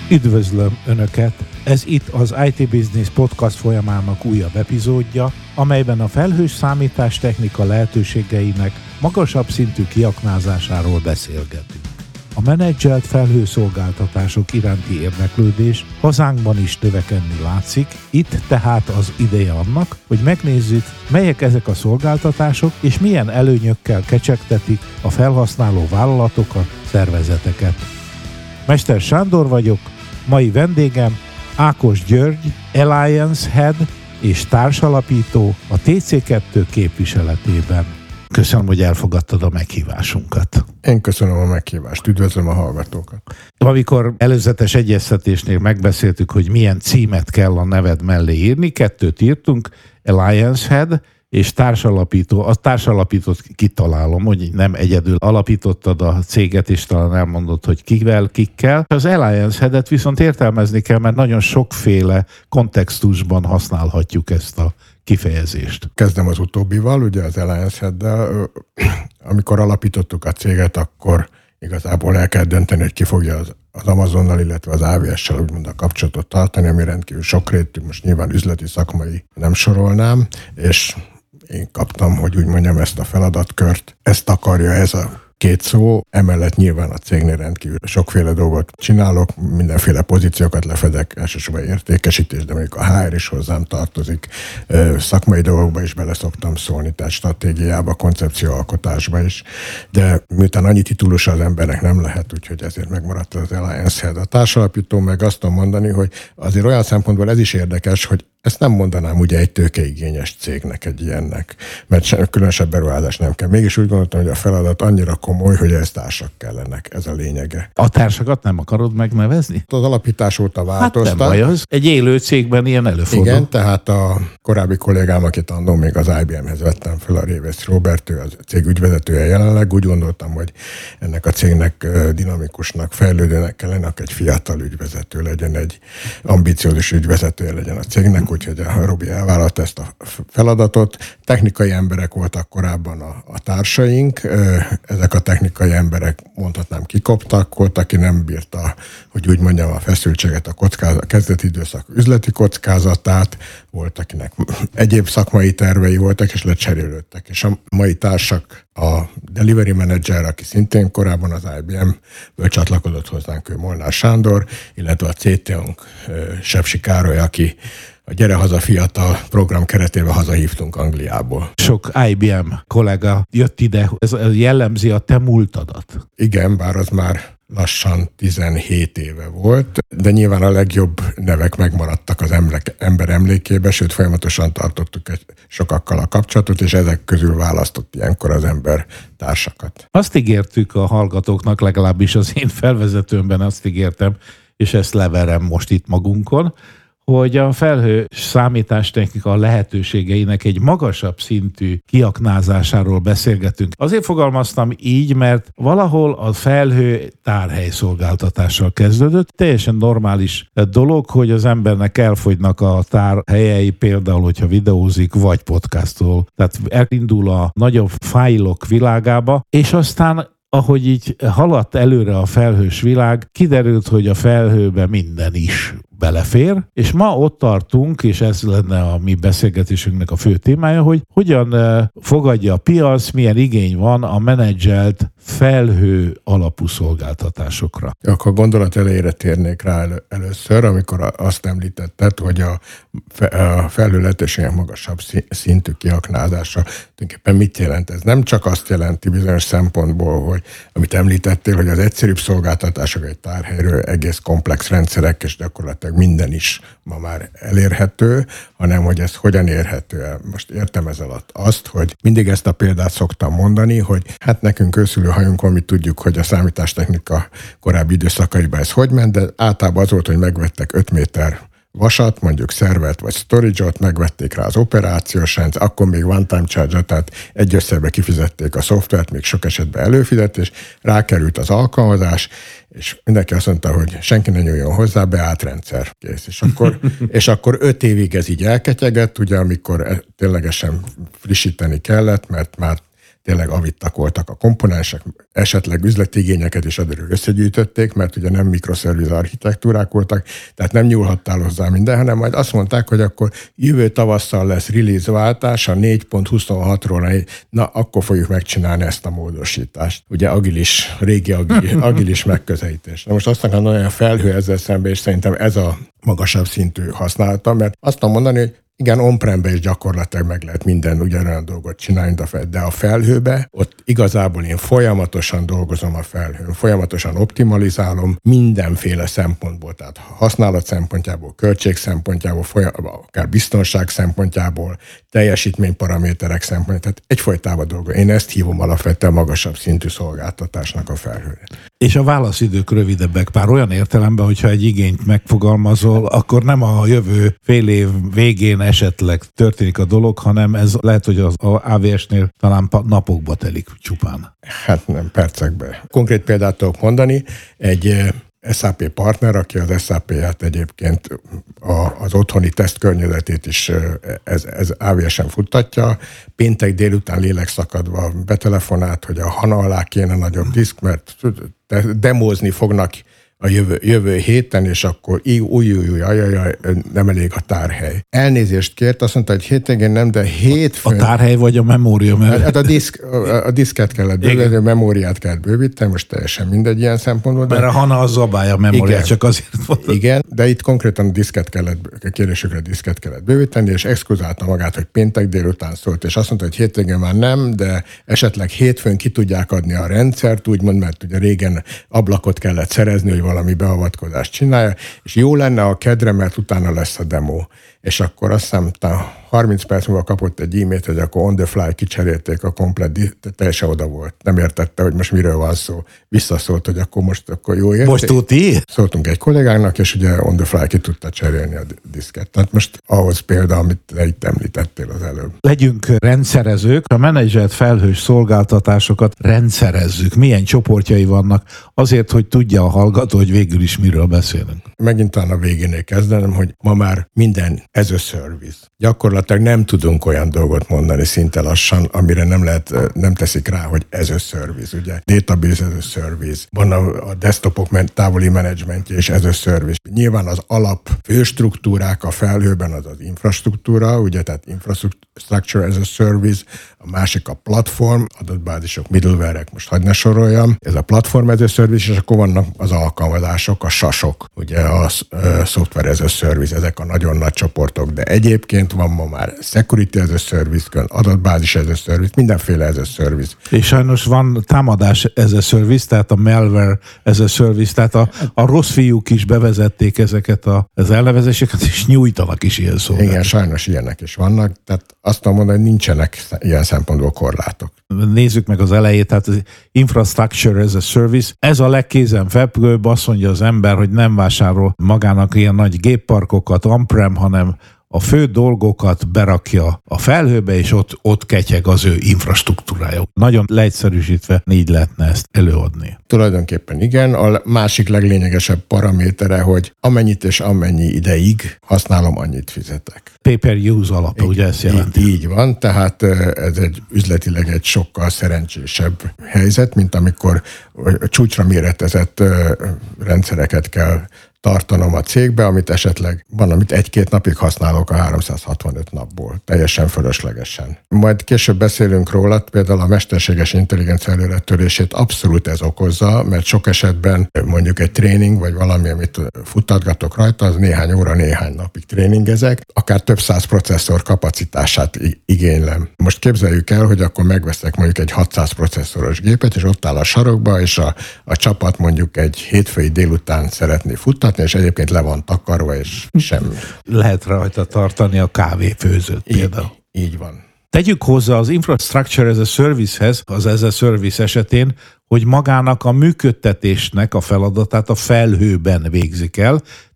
Üdvözlöm Önöket! Ez itt az IT Business Podcast folyamának újabb epizódja, amelyben a felhős számítástechnika lehetőségeinek magasabb szintű kiaknázásáról beszélgetünk. A menedzselt felhőszolgáltatások iránti érdeklődés hazánkban is növekedni látszik, itt tehát az ideje annak, hogy megnézzük, melyek ezek a szolgáltatások és milyen előnyökkel kecsegtetik a felhasználó vállalatokat, szervezeteket. Mester Sándor vagyok, mai vendégem Ákos György, Alliance Head és társalapító a TC2 képviseletében. Köszönöm, hogy elfogadtad a meghívásunkat. Én köszönöm a meghívást, üdvözlöm a hallgatókat. Amikor előzetes egyeztetésnél megbeszéltük, hogy milyen címet kell a neved mellé írni, kettőt írtunk, Alliance Head és társalapító. A társalapítót kitalálom, hogy nem egyedül alapítottad a céget, és talán elmondod, hogy kivel, kikkel. Az Alliance Headet viszont értelmezni kell, mert nagyon sokféle kontextusban használhatjuk ezt a kifejezést. Kezdem az utóbbival, ugye az Alliance Headdel. Amikor alapítottuk a céget, akkor igazából el kell dönteni, hogy ki fogja az Amazonnal, illetve az AWS-sel úgymond a kapcsolatot tartani, ami rendkívül sokrétű, most nyilván üzleti, szakmai nem sorolnám, és én kaptam, hogy úgy mondjam, ezt a feladatkört. Ezt akarja ez a két szó, emellett nyilván a cégnél rendkívül sokféle dolgot csinálok, mindenféle pozíciókat lefedek, elsősorban értékesítés, de mondjuk a HR is hozzám tartozik, szakmai dolgokba is bele szoktam szólni, tehát stratégiába, koncepcióalkotásba is, de miután annyi titulusa az embernek nem lehet, úgyhogy ezért megmaradt az Alliance Head. A társalapító meg azt tudom mondani, hogy azért olyan szempontból ez is érdekes, hogy ezt nem mondanám ugye egy tőkeigényes cégnek, egy ilyennek, mert különösebb beruházás nem kell. Mégis úgy gondoltam, hogy a feladat annyira komoly, hogy ez társak kellenek, ez a lényege. A társakat nem akarod megnevezni? Az alapítás óta változtak. Hát nem baj az. Egy élő cégben ilyen előfordul. Igen, tehát a korábbi kollégám, akit annó még az IBM-hez vettem fel, a Révész Róbert, ő a cég ügyvezetője jelenleg. Úgy gondoltam, hogy ennek a cégnek dinamikusnak, fejlődőnek kell lenni, egy fiatal ügyvezető legyen, egy ambiciózus ügyvezetője legyen a cégnek, úgyhogy a Robi elvállalta ezt a feladatot. Technikai emberek voltak korábban a társaink, ezek a technikai emberek mondhatnám kikoptak, volt, aki nem bírta, hogy úgy mondjam, a feszültséget, a kezdeti időszak üzleti kockázatát, volt, akinek egyéb szakmai tervei voltak, és lecserélődtek. És a mai társak, a delivery manager, aki szintén korábban az IBM-ből csatlakozott hozzánk, ő Molnár Sándor, illetve a CTO-nk Sepsi Károly, aki a Gyere Haza Fiatal program keretében hazahívtunk Angliából. Sok IBM kollega jött ide, ez jellemzi a te múltadat. Igen, bár az már lassan 17 éve volt, de nyilván a legjobb nevek megmaradtak az ember emlékébe, sőt folyamatosan tartottuk sokakkal a kapcsolatot, és ezek közül választott ilyenkor az ember társakat. Azt ígértük a hallgatóknak, legalábbis az én felvezetőmben azt ígértem, és ezt leverem most itt magunkon, hogy a felhő számítástechnika lehetőségeinek egy magasabb szintű kiaknázásáról beszélgetünk. Azért fogalmaztam így, mert valahol a felhő tárhely szolgáltatással kezdődött. Teljesen normális dolog, hogy az embernek elfogynak a tárhelyei, például, hogyha videózik, vagy podcastol. Tehát elindul a nagyobb fájlok világába, és aztán ahogy így haladt előre a felhős világ, kiderült, hogy a felhőbe minden is belefér, és ma ott tartunk, és ez lenne a mi beszélgetésünknek a fő témája, hogy hogyan fogadja a piac, milyen igény van a menedzselt felhő alapú szolgáltatásokra. Akkor a gondolat elejére térnék rá először, amikor azt említetted, hogy a felhő lehetőségek magasabb szintű kiaknázása. Tulajdonképpen mit jelent ez? Nem csak azt jelenti bizonyos szempontból, hogy amit említettél, hogy az egyszerűbb szolgáltatások egy tárhelyről egész komplex rendszerek, és gyakorlatilag minden is ma már elérhető, hanem hogy ez hogyan érhető el. Most értem ez alatt azt, hogy mindig ezt a példát szoktam mondani, hogy hát nekünk őszülő hajunk van, mi tudjuk, hogy a számítástechnika korábbi időszakaiban ez hogy ment, de általában az volt, hogy megvettek 5 méter vasat, mondjuk szervert vagy storage-ot, megvették rá az operációs rendszer, akkor még one-time charge-ot, tehát egy összegbe kifizették a szoftvert, még sok esetben előfizetés, rákerült az alkalmazás, és mindenki azt mondta, hogy senki ne nyúljon hozzá, beállt rendszer, kész. És akkor 5 évig ez így elketyegett, ugye, amikor ténylegesen frissíteni kellett, mert már tényleg avittak voltak a komponensek, esetleg üzleti igényeket is előről összegyűjtötték, mert ugye nem mikroszerviz architektúrák voltak, tehát nem nyúlhattál hozzá minden, hanem majd azt mondták, hogy akkor jövő tavasszal lesz release váltás a 4.26-ról, na akkor fogjuk megcsinálni ezt a módosítást. Ugye régi agilis megközelítés. Na most azt akarom mondani, hogy a felhő ezzel szemben, és szerintem ez a magasabb szintű használata, mert azt tudom mondani, hogy igen, on-prembe is gyakorlatilag meg lehet minden ugyanolyan dolgot csinálni, de a felhőbe, ott igazából én folyamatosan dolgozom a felhőn, folyamatosan optimalizálom mindenféle szempontból, tehát használat szempontjából, költség szempontjából, akár biztonság szempontjából, teljesítményparaméterek szempontjából, tehát egyfolytában dolgozom. Én ezt hívom alapvetően magasabb szintű szolgáltatásnak a felhőre. És a válaszidők rövidebbek, pár olyan értelemben, hogyha egy igényt megfogalmazol, akkor nem a jövő fél év végén esetleg történik a dolog, hanem ez lehet, hogy az AWS-nél talán napokba telik csupán. Hát nem, percekbe. Konkrét példát tudok mondani, egy SAP partner, aki az SAP-ját egyébként az otthoni tesztkörnyezetét is ez AWS-en futtatja. Péntek délután lélekszakadva betelefonált, hogy a HANA alá kéne nagyobb diszk, mert demózni fognak a jövő héten, és akkor nem elég a tárhely. Elnézést kért, azt mondta, hogy hétvégén nem, de hétfőn... A tárhely vagy a memória? Hát a diszket kellett bővíteni, a memóriát kellett bővíteni, most teljesen mindegy ilyen szempontból. Mert a HANA az zabálja a memóriát, csak azért volt. Igen, de itt konkrétan a kérésükre diszket kellett bővíteni, és exkluzálta magát, hogy péntek délután szólt, és azt mondta, hogy hétvégén már nem, de esetleg hétfőn ki tudják adni a rendszert, úgymond, mert ugye régen ablakot kellett szerezni, hogy valami beavatkozást csinálja, és jó lenne a kedre, mert utána lesz a demo. És akkor azt hiszem, 30 perc múlva kapott egy e-mailt, hogy akkor on the fly kicserélték a komplet, teljesen oda volt. Nem értette, hogy most miről van szó. Visszaszólt, hogy akkor jó érték. Most tudti? Szóltunk egy kollégának, és ugye on the fly ki tudta cserélni a diszket. Tehát most ahhoz példa, amit te itt említettél az előbb. Legyünk rendszerezők, a menedzselt felhős szolgáltatásokat rendszerezzük. Milyen csoportjai vannak azért, hogy tudja a hallgató, hogy végül is miről beszélünk. Megint talán a végénél kezdenem, hogy ma már minden as a service. Gyakorlatilag nem tudunk olyan dolgot mondani szinte lassan, amire nem teszik rá, hogy as a service. Ugye database as a service, van a desktopok távoli menedzsmentje és as a service. Nyilván az alap főstruktúrák a felhőben az infrastruktúra, ugye, tehát infrastructure as a service, a másik a platform, adatbázisok, middleware-ek, most hadd ne soroljam. Ez a platform as a service, és akkor vannak az alkalmazások, a sasok, ugye a software as a service, ezek a nagyon nagy csoportok, de egyébként van ma már security as a service, adatbázis as a service, mindenféle as a service. És sajnos van támadás as a service, tehát a malware as a service, tehát a rossz fiúk is bevezették ezeket az elnevezéseket, és nyújtanak is ilyen szolgáltatást. Igen, sajnos ilyenek is vannak, tehát azt tudom mondani, hogy nincsenek ilyen szempontból korlátok. Nézzük meg az elejét, tehát az infrastructure as a service. Ez a legkézenfekvőbb, azt mondja az ember, hogy nem vásárol magának ilyen nagy gépparkokat on-prem, hanem a fő dolgokat berakja a felhőbe, és ott ketyeg az ő infrastruktúrája. Nagyon leegyszerűsítve így lehetne ezt előadni. Tulajdonképpen igen. A másik leglényegesebb paramétere, hogy amennyit és amennyi ideig használom, annyit fizetek. Pay-per-use alapja, ugye ezt jelenti? Így van, tehát ez üzletileg egy sokkal szerencsésebb helyzet, mint amikor csúcsra méretezett rendszereket kell tartanom a cégbe, amit esetleg van, amit 1-2 napig használok a 365 napból, teljesen fölöslegesen. Majd később beszélünk róla, például a mesterséges intelligencia előretörését abszolút ez okozza, mert sok esetben mondjuk egy tréning, vagy valami, amit futtatgatok rajta, az néhány óra, néhány napig tréningezek, akár több száz processzor kapacitását igénylem. Most képzeljük el, hogy akkor megveszek mondjuk egy 600 processzoros gépet, és ott áll a sarokba, és a csapat mondjuk egy hétfői délután szeretné futtatni, és egyébként le van takarva, és semmi. Lehet rajta tartani a kávéfőzőt például. Így van. Tegyük hozzá az infrastructure as a service-hez, az as a service esetén, hogy magának a működtetésnek a feladatát a felhőben végzik el,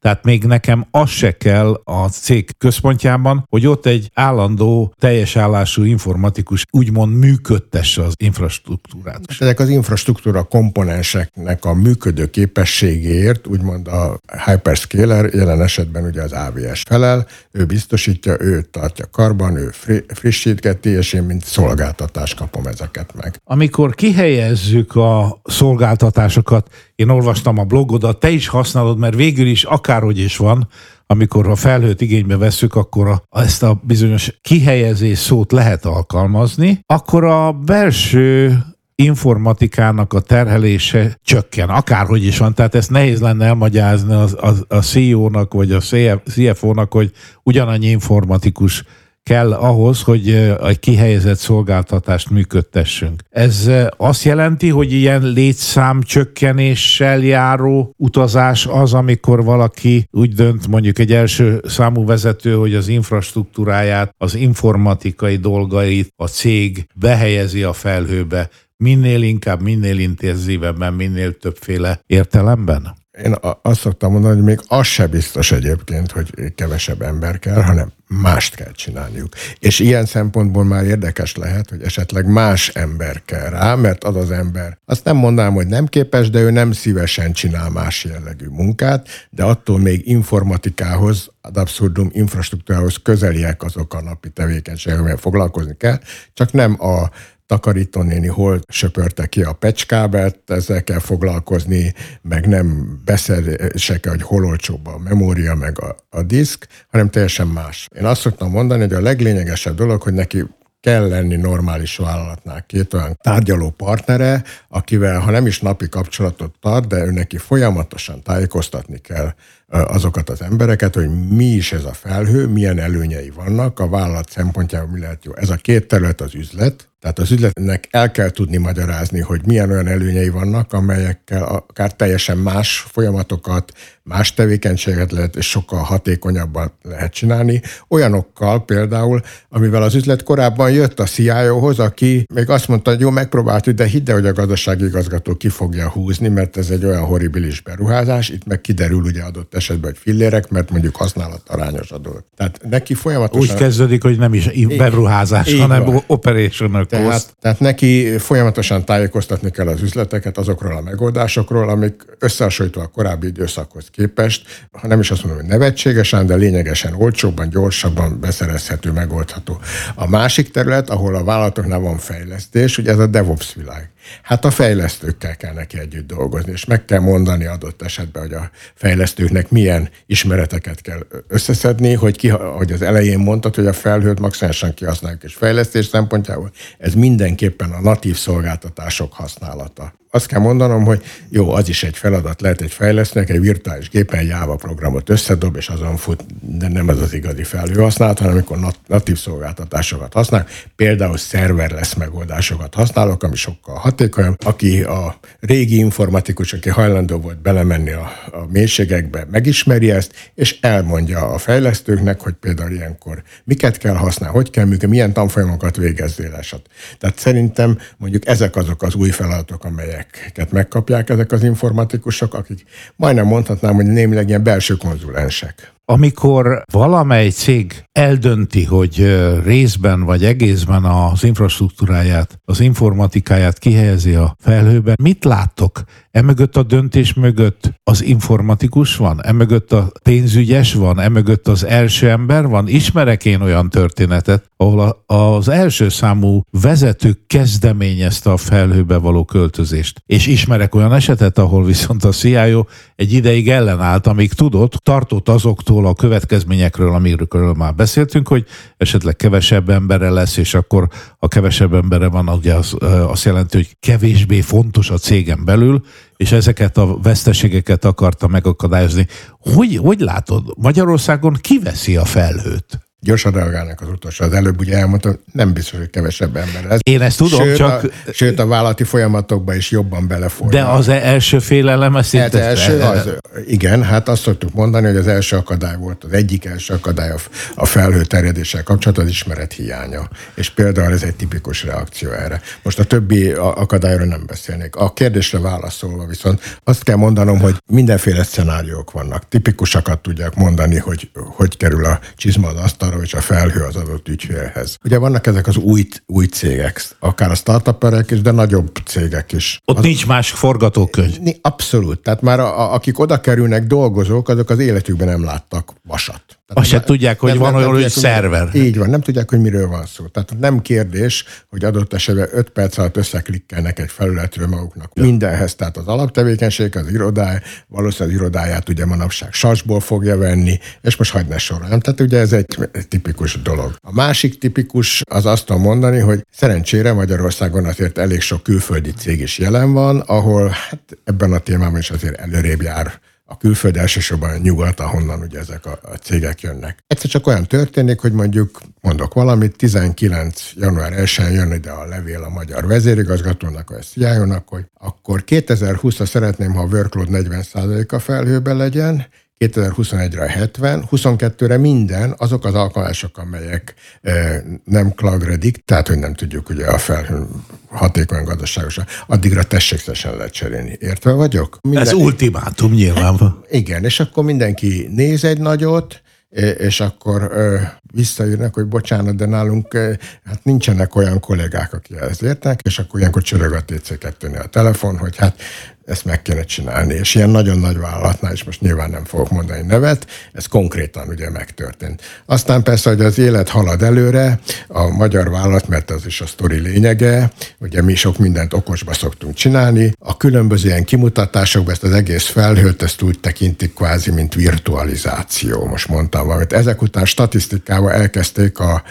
Tehát még nekem az se kell a cég központjában, hogy ott egy állandó, teljes állású informatikus úgymond működtesse az infrastruktúrát. Ezek az infrastruktúra komponenseknek a működő képességéért, úgymond a hyperscaler, jelen esetben ugye az AWS felel, ő biztosítja, ő tartja karban, ő frissítgeti, és én mint szolgáltatást kapom ezeket meg. Amikor kihelyezzük a szolgáltatásokat, én olvastam a blogodat, te is használod, mert végül is akárhogy is van, amikor a felhőt igénybe vesszük, akkor ezt a bizonyos kihelyezés szót lehet alkalmazni, akkor a belső informatikának a terhelése csökken, akárhogy is van. Tehát ezt nehéz lenne elmagyarázni a CEO-nak vagy a CFO-nak, hogy ugyanannyi informatikus kell ahhoz, hogy egy kihelyezett szolgáltatást működtessünk. Ez azt jelenti, hogy ilyen létszám csökkenéssel járó utazás az, amikor valaki úgy dönt, mondjuk egy első számú vezető, hogy az infrastruktúráját, az informatikai dolgait a cég behelyezi a felhőbe, minél inkább, minél intenzívebben, minél többféle értelemben? Én azt szoktam mondani, hogy még az se biztos egyébként, hogy kevesebb ember kell, hanem mást kell csinálniuk. És ilyen szempontból már érdekes lehet, hogy esetleg más ember kell rá, mert az az ember, azt nem mondanám, hogy nem képes, de ő nem szívesen csinál más jellegű munkát, de attól még informatikához, ad abszurdum infrastruktúrához közeliek azok a napi tevékenységek, amivel foglalkozni kell, csak nem a takarítónéni hol söpörte ki a pecskábelt, ezzel kell foglalkozni, meg nem beszélse kell, hogy hol olcsóbb a memória, meg a diszk, hanem teljesen más. Én azt szoktam mondani, hogy a leglényegesebb dolog, hogy neki kell lenni normális vállalatnál két olyan tárgyaló partnere, akivel, ha nem is napi kapcsolatot tart, de ő neki folyamatosan tájékoztatni kell azokat az embereket, hogy mi is ez a felhő, milyen előnyei vannak, a vállalat szempontjából mi lehet jó. Ez a két terület az üzlet, tehát az üzletnek el kell tudni magyarázni, hogy milyen olyan előnyei vannak, amelyekkel akár teljesen más folyamatokat, más tevékenységet lehet, és sokkal hatékonyabban lehet csinálni. Olyanokkal például, amivel az üzlet korábban jött a CIO-hoz, aki még azt mondta, hogy jó, megpróbáltuk, de hidd el, hogy a gazdasági igazgató ki fogja húzni, mert ez egy olyan horribilis beruházás, itt meg kiderül ugye adott esetben, hogy fillérek, mert mondjuk használatarányos a dolog. Tehát neki folyamatosan... Úgy kezdődik, hogy nem is beruházás, hanem operation cost. Tehát neki folyamatosan tájékoztatni kell az üzleteket azokról a megoldásokról, amik összehasonlítva a korábbi időszakhoz képest, ha nem is azt mondom, hogy nevetségesen, de lényegesen olcsóbban, gyorsabban beszerezhető, megoldható. A másik terület, ahol a vállalatoknál van fejlesztés, ugye ez a DevOps világ. Hát a fejlesztőkkel kell neki együtt dolgozni, és meg kell mondani adott esetben, hogy a fejlesztőknek milyen ismereteket kell összeszedni, hogy az elején mondtad, hogy a felhőt maximálisan kihasználjuk, és fejlesztés szempontjából ez mindenképpen a natív szolgáltatások használata. Azt kell mondanom, hogy jó, az is egy feladat, lehet egy fejlesztőnek, egy virtuális gépen Java programot összedob, és azon fut, de nem ez az igazi felhőhasználat, hanem amikor natív szolgáltatásokat használ, például serverless megoldásokat használok, ami sokkal hatékonyabb. Aki a régi informatikus, aki hajlandó volt belemenni a mélységekbe, megismeri ezt, és elmondja a fejlesztőknek, hogy például ilyenkor miket kell használni, hogy kell működni, milyen tanfolyamokat végezzél eset. Tehát szerintem mondjuk ezek azok az új feladatok, amelyeket megkapják ezek az informatikusok, akik majdnem mondhatnám, hogy némileg ilyen belső konzulensek. Amikor valamely cég eldönti, hogy részben vagy egészben az infrastruktúráját, az informatikáját kihelyezi a felhőben, mit láttok? Emögött a döntés mögött az informatikus van? Emögött a pénzügyes van? Emögött az első ember van? Ismerek én olyan történetet, ahol az első számú vezető kezdeményezte a felhőbe való költözést. És ismerek olyan esetet, ahol viszont a CIO egy ideig ellenállt, amíg tudott, tartott azoktól a következményekről, amikről már beszéltünk, hogy esetleg kevesebb embere lesz, és akkor a kevesebb embere van, ugye azt jelenti, hogy kevésbé fontos a cégen belül, és ezeket a veszteségeket akarta megakadályozni. Hogy látod, Magyarországon ki veszi a felhőt? Gyorsan reagálnak az utolsó. Az előbb ugye elmondtam, nem biztos, hogy kevesebb ember lesz. Én ezt tudom, sőt a vállalati folyamatokba is jobban belefolynak. De az első félelem, igen, hát azt szoktuk mondani, hogy az első akadály volt, az egyik első akadály a felhő terjedéssel kapcsolatban az ismeret hiánya. És például ez egy tipikus reakció erre. Most a többi akadályról nem beszélnék. A kérdésre válaszolva viszont azt kell mondanom, hogy mindenféle szenáriók vannak. Tipikusakat tudják mondani, hogy kerül a csizma az asztalra, és a felhő az adott ügyfélhez. Ugye vannak ezek az új cégek, akár a startuperek is, de nagyobb cégek is. Ott nincs más forgatókönyv. Abszolút. Tehát már akik oda kerülnek, dolgozók, azok az életükben nem láttak vasat. Azt se tudják, hogy van olyan, hogy szerver. Így van, nem tudják, hogy miről van szó. Tehát nem kérdés, hogy adott esetben 5 perc alatt összeklikkelnek egy felületről maguknak mindenhez. Tehát az alaptevékenység, az irodája, valószínűleg az irodáját ugye manapság sasból fogja venni, és most hagyd ne sorolni. Tehát ugye ez egy tipikus dolog. A másik tipikus az azt tudom mondani, hogy szerencsére Magyarországon azért elég sok külföldi cég is jelen van, ahol hát ebben a témában is azért előrébb jár a külföld, elsősorban a nyugat, ahonnan ugye ezek a cégek jönnek. Egyszer csak olyan történik, hogy mondok valamit, 19. január 1-en jön ide a levél a magyar vezérigazgatónak, vagy a CIO-nak, hogy akkor 2020-ra szeretném, ha a workload 40%-a felhőben legyen, 2021-re 70, 22-re minden azok az alkalmazások, amelyek nem cloud ready, tehát hogy nem tudjuk ugye a felhőn hatékony gazdaságosan, addigra tessékszesen lehet cserélni. Értve vagyok? Ez ultimátum nyilván. Igen, és akkor mindenki néz egy nagyot, és akkor visszaírnak, hogy bocsánat, de nálunk hát nincsenek olyan kollégák, akik ezt értenek, és akkor ilyenkor csörög a TC2-nél a telefon, hogy hát ezt meg kéne csinálni. És ilyen nagyon nagy vállalatnál, és most nyilván nem fogok mondani nevet, ez konkrétan ugye megtörtént. Aztán persze, hogy az élet halad előre, a magyar vállalat, mert az is a sztori lényege, ugye mi sok mindent okosba szoktunk csinálni, a különböző ilyen kimutatásokban ezt az egész felhőt, ezt úgy tekintik kvázi, mint virtualizáció, most mondtam valamit. Ezek után statisztikával elkezdték a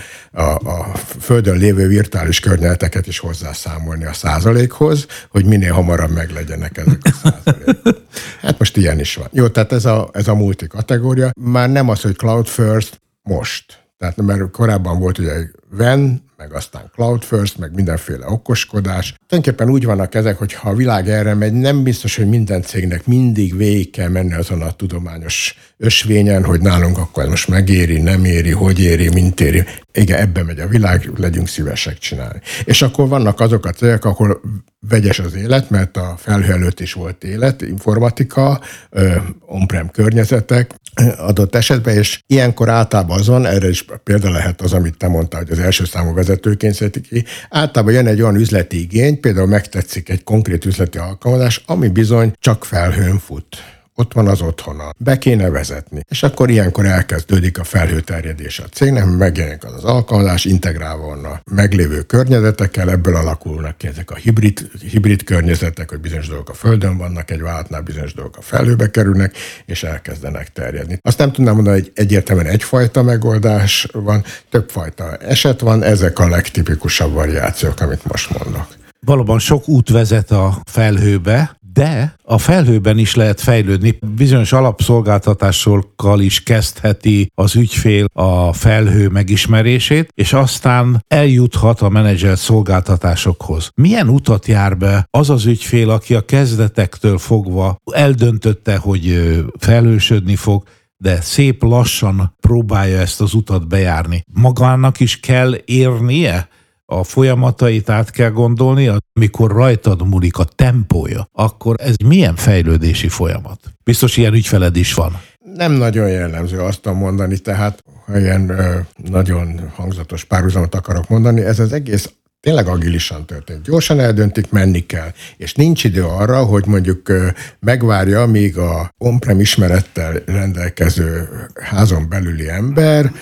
földön lévő virtuális környezeteket is hozzászámolni a százalékhoz, hogy minél hamarabb meglegyenek ezek a százalékok. Hát most ilyen is van. Jó, tehát ez a multi kategória. Már nem az, hogy cloud first, most. Tehát mert korábban volt ugye WAN, meg aztán cloud first, meg mindenféle okoskodás. Tulajdonképpen úgy vannak ezek, hogy ha a világ erre megy, nem biztos, hogy minden cégnek mindig végig kell menni azon a tudományos ösvényen, hogy nálunk akkor ez most megéri, nem éri, hogy éri, mint éri. Igen, ebbe megy a világ, legyünk szívesek csinálni. És akkor vannak azok a cégek, ahol vegyes az élet, mert a felhő előtt is volt élet, informatika, on-prem környezetek adott esetben, és ilyenkor általában az van, erre is példa lehet az, amit te mondtál, hogy az első számú vezetőként szeretik ki. Általában jön egy olyan üzleti igény, például megtetszik egy konkrét üzleti alkalmazás, ami bizony csak felhőn fut. Ott van az otthona. Be kéne vezetni. És akkor ilyenkor elkezdődik a felhőterjedés a cégnek, megjelenik az alkalmazás, integrálva van a meglévő környezetekkel, ebből alakulnak ki ezek a hibrid környezetek, hogy bizonyos dolgok a földön vannak, egy vállalatnál bizonyos dolgok a felhőbe kerülnek, és elkezdenek terjedni. Azt nem tudnám mondani, hogy egyértelműen egyfajta megoldás van, többfajta eset van, ezek a legtipikusabb variációk, amit most mondok. Valóban sok út vezet a felhőbe, de a felhőben is lehet fejlődni. Bizonyos alapszolgáltatásokkal is kezdheti az ügyfél a felhő megismerését, és aztán eljuthat a menedzselt szolgáltatásokhoz. Milyen utat jár be az az ügyfél, aki a kezdetektől fogva eldöntötte, hogy felhősödni fog, de szép lassan próbálja ezt az utat bejárni. Magának is kell érnie? A folyamatait át kell gondolni, amikor rajtad múlik a tempója, akkor ez milyen fejlődési folyamat? Biztos ilyen ügyfeled is van. Nem nagyon jellemző azt mondani, tehát ha ilyen nagyon hangzatos párhuzamot akarok mondani, ez az egész tényleg agilisan történt. Gyorsan eldöntik, menni kell. És nincs idő arra, hogy mondjuk megvárja, míg a on-prem ismerettel rendelkező házon belüli ember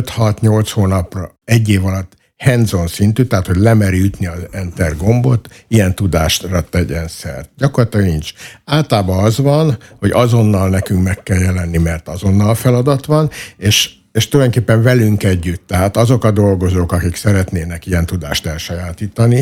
5-6-8 hónapra, egy év alatt hands-on szintű, tehát hogy lemeri ütni az enter gombot, ilyen tudásra tegyen szert. Gyakorlatilag nincs. Általában az van, hogy azonnal nekünk meg kell jelenni, mert azonnal feladat van, és tulajdonképpen velünk együtt, tehát azok a dolgozók, akik szeretnének ilyen tudást elsajátítani,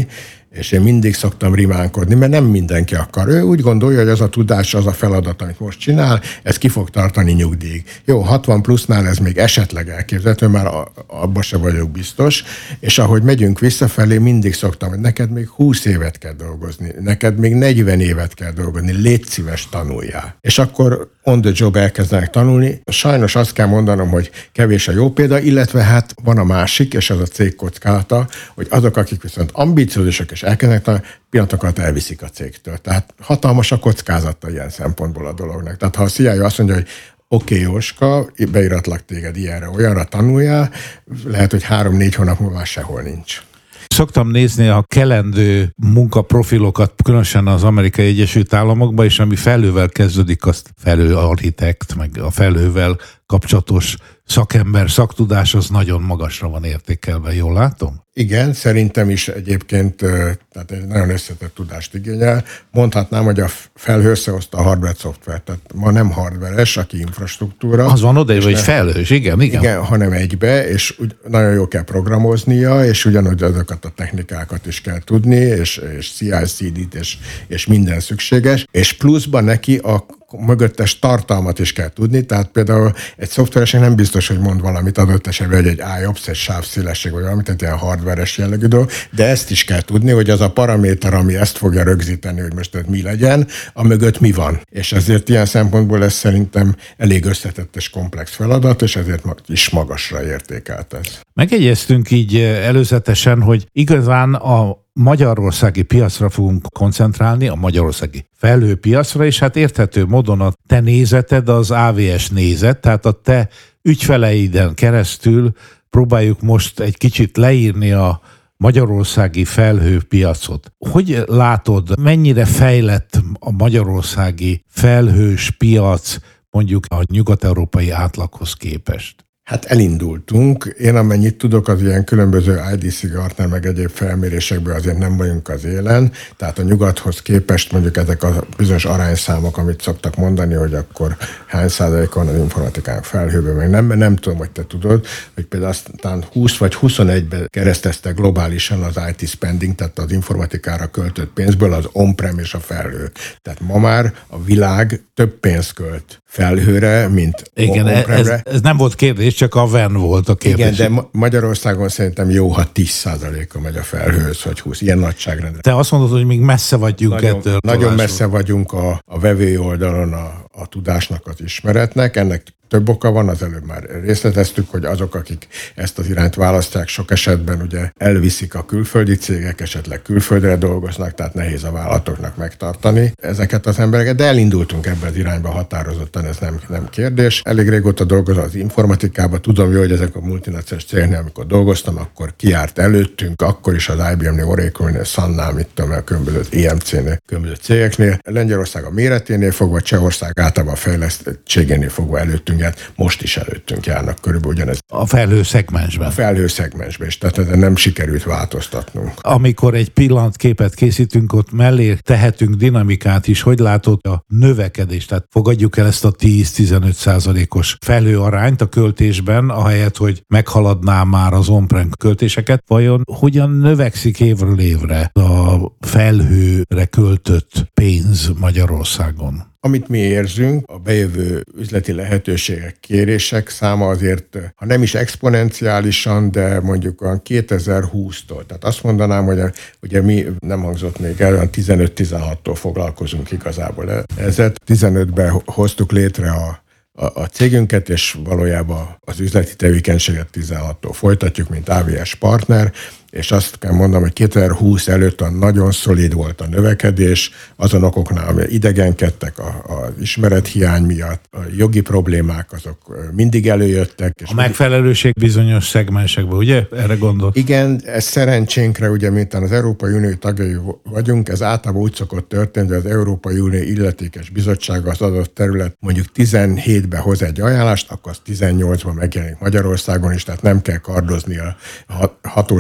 És én mindig szoktam rimánkodni, mert nem mindenki akar. Ő úgy gondolja, hogy az a tudás, az a feladat, amit most csinál, ez ki fog tartani nyugdíjig. Jó, 60 plusznál ez még esetleg elképzelhető, már abban se vagyok biztos. És ahogy megyünk visszafelé, mindig szoktam, hogy neked még 20 évet kell dolgozni, neked még 40 évet kell dolgozni, légy szíves, tanuljál. És akkor on the job elkezdenek tanulni. Sajnos azt kell mondanom, hogy kevés a jó példa, illetve hát van a másik, és az a cég kockázata, hogy azok, akik viszont ambiciózusak és elkezdenek tanulni, pillanatokat elviszik a cégtől. Tehát hatalmas a kockázata ilyen szempontból a dolognak. Tehát ha a CIO azt mondja, hogy oké, Jóska, beiratlak téged ilyenre, olyanra, tanuljál, lehet, hogy 3-4 hónap múlva sehol nincs. Szoktam nézni a kelendő munkaprofilokat, különösen az Amerikai Egyesült Államokban, és ami felhővel kezdődik, azt felhőarchitekt, meg a felhővel kapcsolatos szakember, szaktudás, az nagyon magasra van értékelve, jól látom? Igen, szerintem is egyébként tehát egy nagyon összetett tudást igényel. Mondhatnám, hogy a felhő összehozta a hardware-szoftvert. Tehát ma nem hardveres, aki infrastruktúra. Az van oda, hogy felhős, igen. Igen, hanem egybe, és nagyon jól kell programoznia, és ugyanúgy azokat a technikákat is kell tudni, és CI/CD-t, és minden szükséges. És pluszban neki a mögöttes tartalmat is kell tudni, tehát például egy szoftveresnek nem biztos, hogy mond valamit adott esetben, egy IOPS, egy sávszélesség, vagy valamit, tehát ilyen hardveres jellegű dolog, de ezt is kell tudni, hogy az a paraméter, ami ezt fogja rögzíteni, hogy most ez mi legyen, a mögött mi van. És ezért ilyen szempontból ez szerintem elég összetett és komplex feladat, és ezért is magasra értékelt ez. Megegyeztünk így előzetesen, hogy igazán a magyarországi piacra fogunk koncentrálni, a magyarországi felhőpiacra, és hát érthető módon a te nézeted az AVS nézet, tehát a te ügyfeleiden keresztül próbáljuk most egy kicsit leírni a magyarországi felhőpiacot. Hogy látod, mennyire fejlett a magyarországi felhős piac mondjuk a nyugat-európai átlaghoz képest? Hát elindultunk. Én amennyit tudok, az ilyen különböző IDC Gartner meg egyéb felmérésekből azért nem vagyunk az élen. Tehát a nyugathoz képest mondjuk ezek a bizonyos arányszámok, amit szoktak mondani, hogy akkor hány százalék van az informatikánk felhőben, meg nem tudom, hogy te tudod, hogy például aztán 20 vagy 21-ben keresztezte globálisan az IT spending, tehát az informatikára költött pénzből az on-prem és a felhő. Tehát ma már a világ több pénzt költ felhőre, mint igen, on-premre. Ez nem volt kérdés, csak a VEN volt a kérdés. Igen, de Magyarországon szerintem jó, ha 10%-a megy a felhőhöz, vagy 20, ilyen nagyságrendre. Te azt mondod, hogy még messze vagyunk ettől. Nagyon messze vagyunk a vevői oldalon a tudásnak, az ismeretnek. Ennek több oka van, az előbb már részleteztük, hogy azok, akik ezt az irányt választják, sok esetben ugye elviszik a külföldi cégek, esetleg külföldre dolgoznak, tehát nehéz a vállalatoknak megtartani ezeket az embereket, de elindultunk ebbe az irányba határozottan, ez nem kérdés. Elég régóta dolgozom az informatikában, tudom jó, hogy ezek a multinacionális cégeknél, amikor dolgoztam, akkor kijárt előttünk, akkor is az IBM-nél, Oracle-nél, Sun-nál, mit tudom, a különböző EMC-nél, különböző cégeknél. Lengyelország a méreténél fogva, Csehország általában a fejlesztettségénél fogva előttünk, most is előttünk járnak körülbelül ugyanez. A felhő szegmensben. A felhő szegmensben, és tehát ezen nem sikerült változtatnunk. Amikor egy pillanatképet készítünk, ott mellé tehetünk dinamikát is, hogy látod a növekedést, tehát fogadjuk el ezt a 10-15%-os felhőarányt a költésben, ahelyett, hogy meghaladná már az on-prem költéseket, vajon hogyan növekszik évről évre a felhőre költött pénz Magyarországon? Amit mi érzünk, a bejövő üzleti lehetőségek, kérések száma azért, ha nem is exponenciálisan, de mondjuk olyan 2020-tól. Tehát azt mondanám, hogy ugye mi nem hangzott még el, olyan 15-16-tól foglalkozunk igazából ezzel. 15-ben hoztuk létre a cégünket, és valójában az üzleti tevékenységet 16-tól folytatjuk, mint AVS partner, és azt kell mondanom, hogy 2020 előtt nagyon szolid volt a növekedés, azon okoknál, ami idegenkedtek az ismerethiány miatt, a jogi problémák azok mindig előjöttek. És a megfelelőség bizonyos szegmensekben, ugye? Erre gondol? Igen, ez szerencsénkre, ugye, miután az Európai Unió tagjai vagyunk, ez általában úgy szokott történni, hogy az Európai Unió illetékes bizottsága az adott terület mondjuk 17-ben hoz egy ajánlást, akkor az 18-ban megjelenik Magyarországon is, tehát nem kell kardozni a hatósággal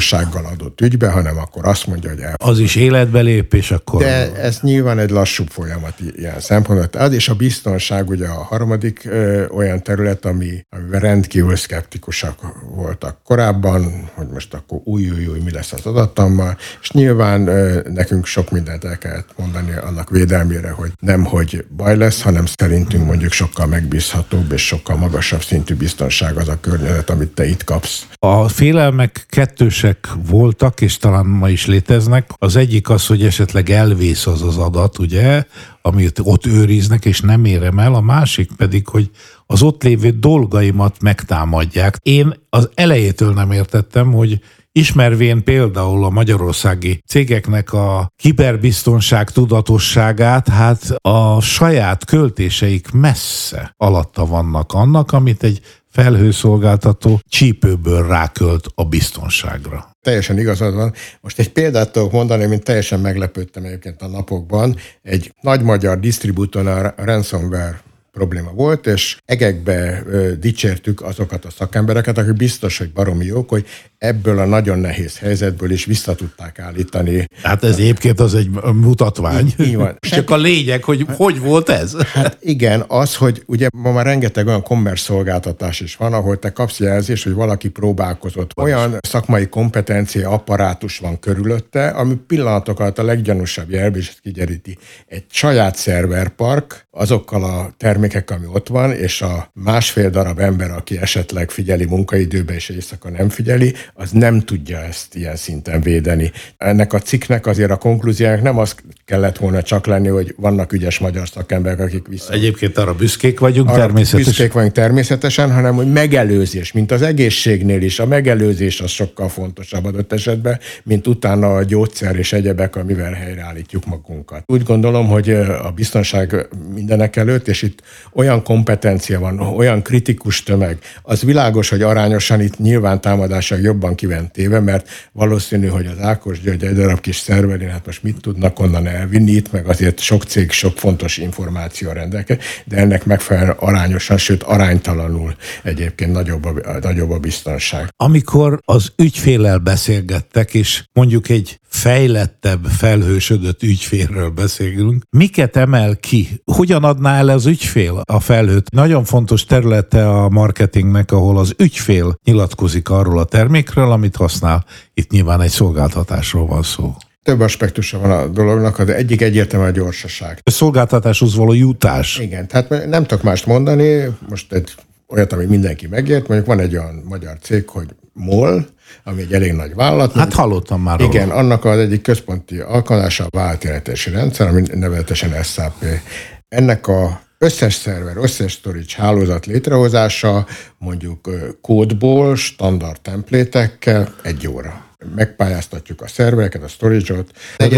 adott ügybe, hanem akkor azt mondja, hogy az is életbe lép, és akkor... De ez nyilván egy lassúbb folyamat ilyen szempontból. Az és a biztonság ugye a harmadik olyan terület, amivel rendkívül szkeptikusak voltak korábban, hogy most akkor új, mi lesz az adattammal, és nyilván nekünk sok mindent el kellett mondani annak védelmére, hogy nem, hogy baj lesz, hanem szerintünk mondjuk sokkal megbízhatóbb és sokkal magasabb szintű biztonság az a környezet, amit te itt kapsz. A félelmek kettősek voltak, és talán ma is léteznek. Az egyik az, hogy esetleg elvész az adat, ugye, amit ott őriznek, és nem érem el. A másik pedig, hogy az ott lévő dolgaimat megtámadják. Én az elejétől nem értettem, hogy ismervén például a magyarországi cégeknek a kiberbiztonság tudatosságát, hát a saját költéseik messze alatta vannak annak, amit egy felhőszolgáltató csípőből rákölt a biztonságra. Teljesen igazad van. Most egy példát tudok mondani, mint teljesen meglepődtem egyébként a napokban. Egy nagy magyar disztribútornál ransomware probléma volt, és egekbe dicsértük azokat a szakembereket, akik biztos, hogy baromi jók, hogy ebből a nagyon nehéz helyzetből is vissza tudták állítani. Hát ez egyébként az egy mutatvány. Így van. Csak a lényeg, hogy volt ez? Hát igen, az, hogy ugye ma már rengeteg olyan commerce szolgáltatás is van, ahol te kapsz jelzést, hogy valaki próbálkozott. Olyan szakmai kompetencia apparátus van körülötte, ami pillanatok alatt a leggyanúsabb jelzést kideríti. Egy saját szerverpark azokkal a termékekkel, ami ott van, és a másfél darab ember, aki esetleg figyeli munkaidőben, és éjszaka nem figyeli, az nem tudja ezt ilyen szinten védeni. Ennek a cikknek azért a konklúziának nem az kellett volna csak lenni, hogy vannak ügyes magyar szakemberek, akik vissza... Egyébként arra büszkék vagyunk természetesen. Büszkék vagyunk természetesen, hanem hogy megelőzés, mint az egészségnél is. A megelőzés az sokkal fontosabb adott esetben, mint utána a gyógyszer és egyebek, amivel helyreállítjuk magunkat. Úgy gondolom, hogy a biztonság mindenek előtt, és itt olyan kompetencia van, olyan kritikus tömeg, az világos, hogy arányosan itt nyilván támadások jobban kiventéve, mert valószínű, hogy az Ákos György egy darab kis szerverén, hát most mit tudnak onnan elvinni, itt meg azért sok cég, sok fontos információ rendelkezik, de ennek megfelelően arányosan, sőt aránytalanul egyébként nagyobb a biztonság. Amikor az ügyféllel beszélgettek, és mondjuk egy fejlettebb, felhősödött ügyfélről beszélünk, miket emel ki? Hogyan adná el az ügyfél a felhőt? Nagyon fontos területe a marketingnek, ahol az ügyfél nyilatkozik arról a termékről, amit használ. Itt nyilván egy szolgáltatásról van szó. Több aspektusa van a dolognak, de egyik egyértelműen a gyorsaság. A szolgáltatáshoz való jutás. Igen, tehát nem tudok mást mondani, most egy olyat, ami mindenki megért, mondjuk van egy olyan magyar cég, hogy MOL, ami egy elég nagy vállalat. Hát hallottam már róla. Igen, annak az egyik központi alkalmazása a vállalatjelentési rendszer, ami nevezetesen SAP. Ennek a összes szerver, összes storage hálózat létrehozása mondjuk kódból, standard templétekkel 1 óra. Megpályáztatjuk a szervereket, a storage-ot.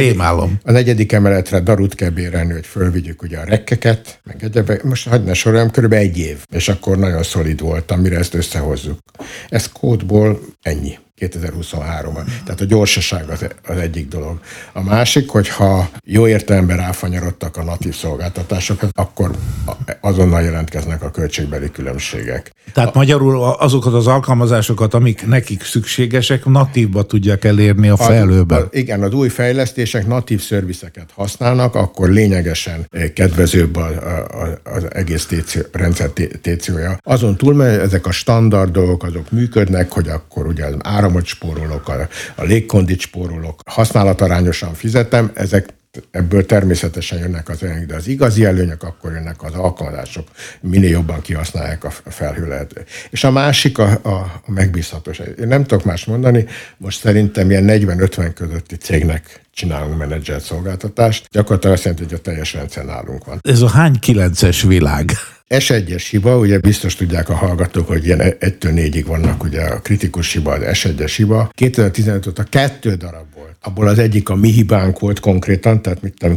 A 4. emeletre darut kell bérelni, hogy fölvigyük ugye a rekkeket, meg egyébként. Most hagyd ne soroljam, körülbelül 1 év. És akkor nagyon szolid voltam, mire ezt összehozzuk. Ez kódból ennyi. 2023-ban. Tehát a gyorsaság az egyik dolog. A másik, hogyha jó értelemben ráfanyarodtak a natív szolgáltatásokat, akkor azonnal jelentkeznek a költségbeli különbségek. Tehát magyarul azokat az alkalmazásokat, amik nekik szükségesek, natívba tudják elérni a felhőben. Igen, az új fejlesztések natív szervizeket használnak, akkor lényegesen kedvezőbb az egész rendszer TCO-ja. Azon túl, ezek a standard dolgok, azok működnek, hogy akkor ugye az áramot spórolok, a légkondit spórolok, használatarányosan fizetem, ezek ebből természetesen jönnek az előnyök, de az igazi előnyök akkor jönnek az alkalmazások, minél jobban kihasználják a felhő lehető. És a másik a megbízhatóság. Én nem tudok más mondani, most szerintem ilyen 40-50 közötti cégnek csinálunk menedzser szolgáltatást. Gyakorlatilag azt jelenti, hogy a teljes rendszer nálunk van. Ez a hány 9-es világ? S1-es hiba, ugye biztos tudják a hallgatók, hogy ilyen 1-től 4-ig vannak ugye a kritikus hiba, az S1-es hiba. 2015 óta 2 darab volt. Abból az egyik a mi hibánk volt konkrétan, tehát mit tudom, 2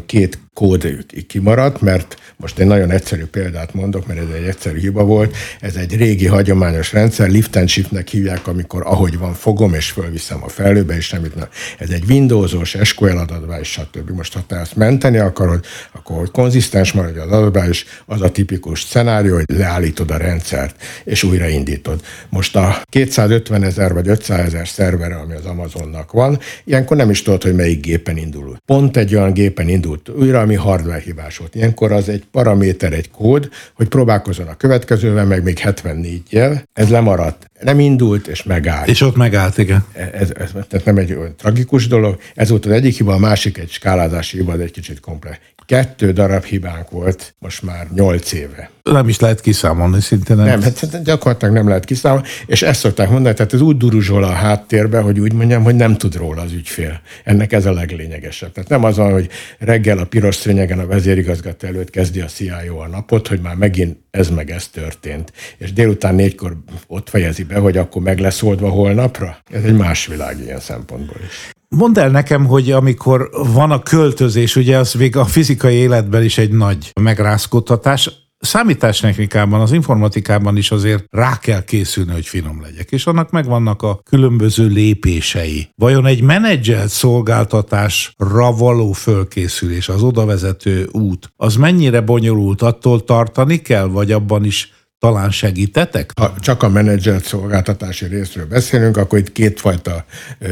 kód kimaradt, mert most egy nagyon egyszerű példát mondok, mert ez egy egyszerű hiba volt. Ez egy régi hagyományos rendszer, lift and shiftnek hívják, amikor ahogy van fogom és fölviszem a felhőbe, és semmit nem. Ez egy Windowsos, SQL adatbázis, stb. Most ha te ezt menteni akarod, akkor hogy konzisztens maradj az adatbázis, az a tipikus szenárió, hogy leállítod a rendszert, és újraindítod. Most a 250 000 vagy 500 000 szerver, ami az Amazonnak van, ilyenkor nem is tudod, hogy melyik gépen indul. Pont egy olyan gépen indult újra, ami hardware hibás volt. Ilyenkor az egy paraméter, egy kód, hogy próbálkozzon a következővel, meg még 74-jel. Ez lemaradt. Nem indult, és megállt. És ott megállt, igen. Ez tehát nem egy olyan tragikus dolog. Ez volt az egyik hiba, a másik egy skálázási hiba, de egy kicsit komplex. 2 darab hibánk volt most már 8 éve. Nem is lehet kiszámolni, szinte nem. Nem, hát gyakorlatilag nem lehet kiszámolni, és ezt szokták mondani, tehát ez úgy duruzsol a háttérbe, hogy úgy mondjam, hogy nem tud róla az ügyfél. Ennek ez a leglényegesebb. Tehát nem az van, hogy reggel a piros szőnyegen a vezérigazgató előtt kezdi a CIO a napot, hogy már megint ez meg ez történt. És délután 4-kor ott fejezi be, hogy akkor meg lesz oldva holnapra. Ez egy más világ ilyen szempontból is. Mondd el nekem, hogy amikor van a költözés, ugye az még a fizikai életben is egy nagy megrázkódtatás, számítástechnikában, az informatikában is azért rá kell készülni, hogy finom legyek, és annak megvannak a különböző lépései. Vajon egy menedzselt szolgáltatásra való fölkészülés, az odavezető út, az mennyire bonyolult, attól tartani kell, vagy abban is talán segítetek? Ha csak a menedzselt szolgáltatási részről beszélünk, akkor itt kétfajta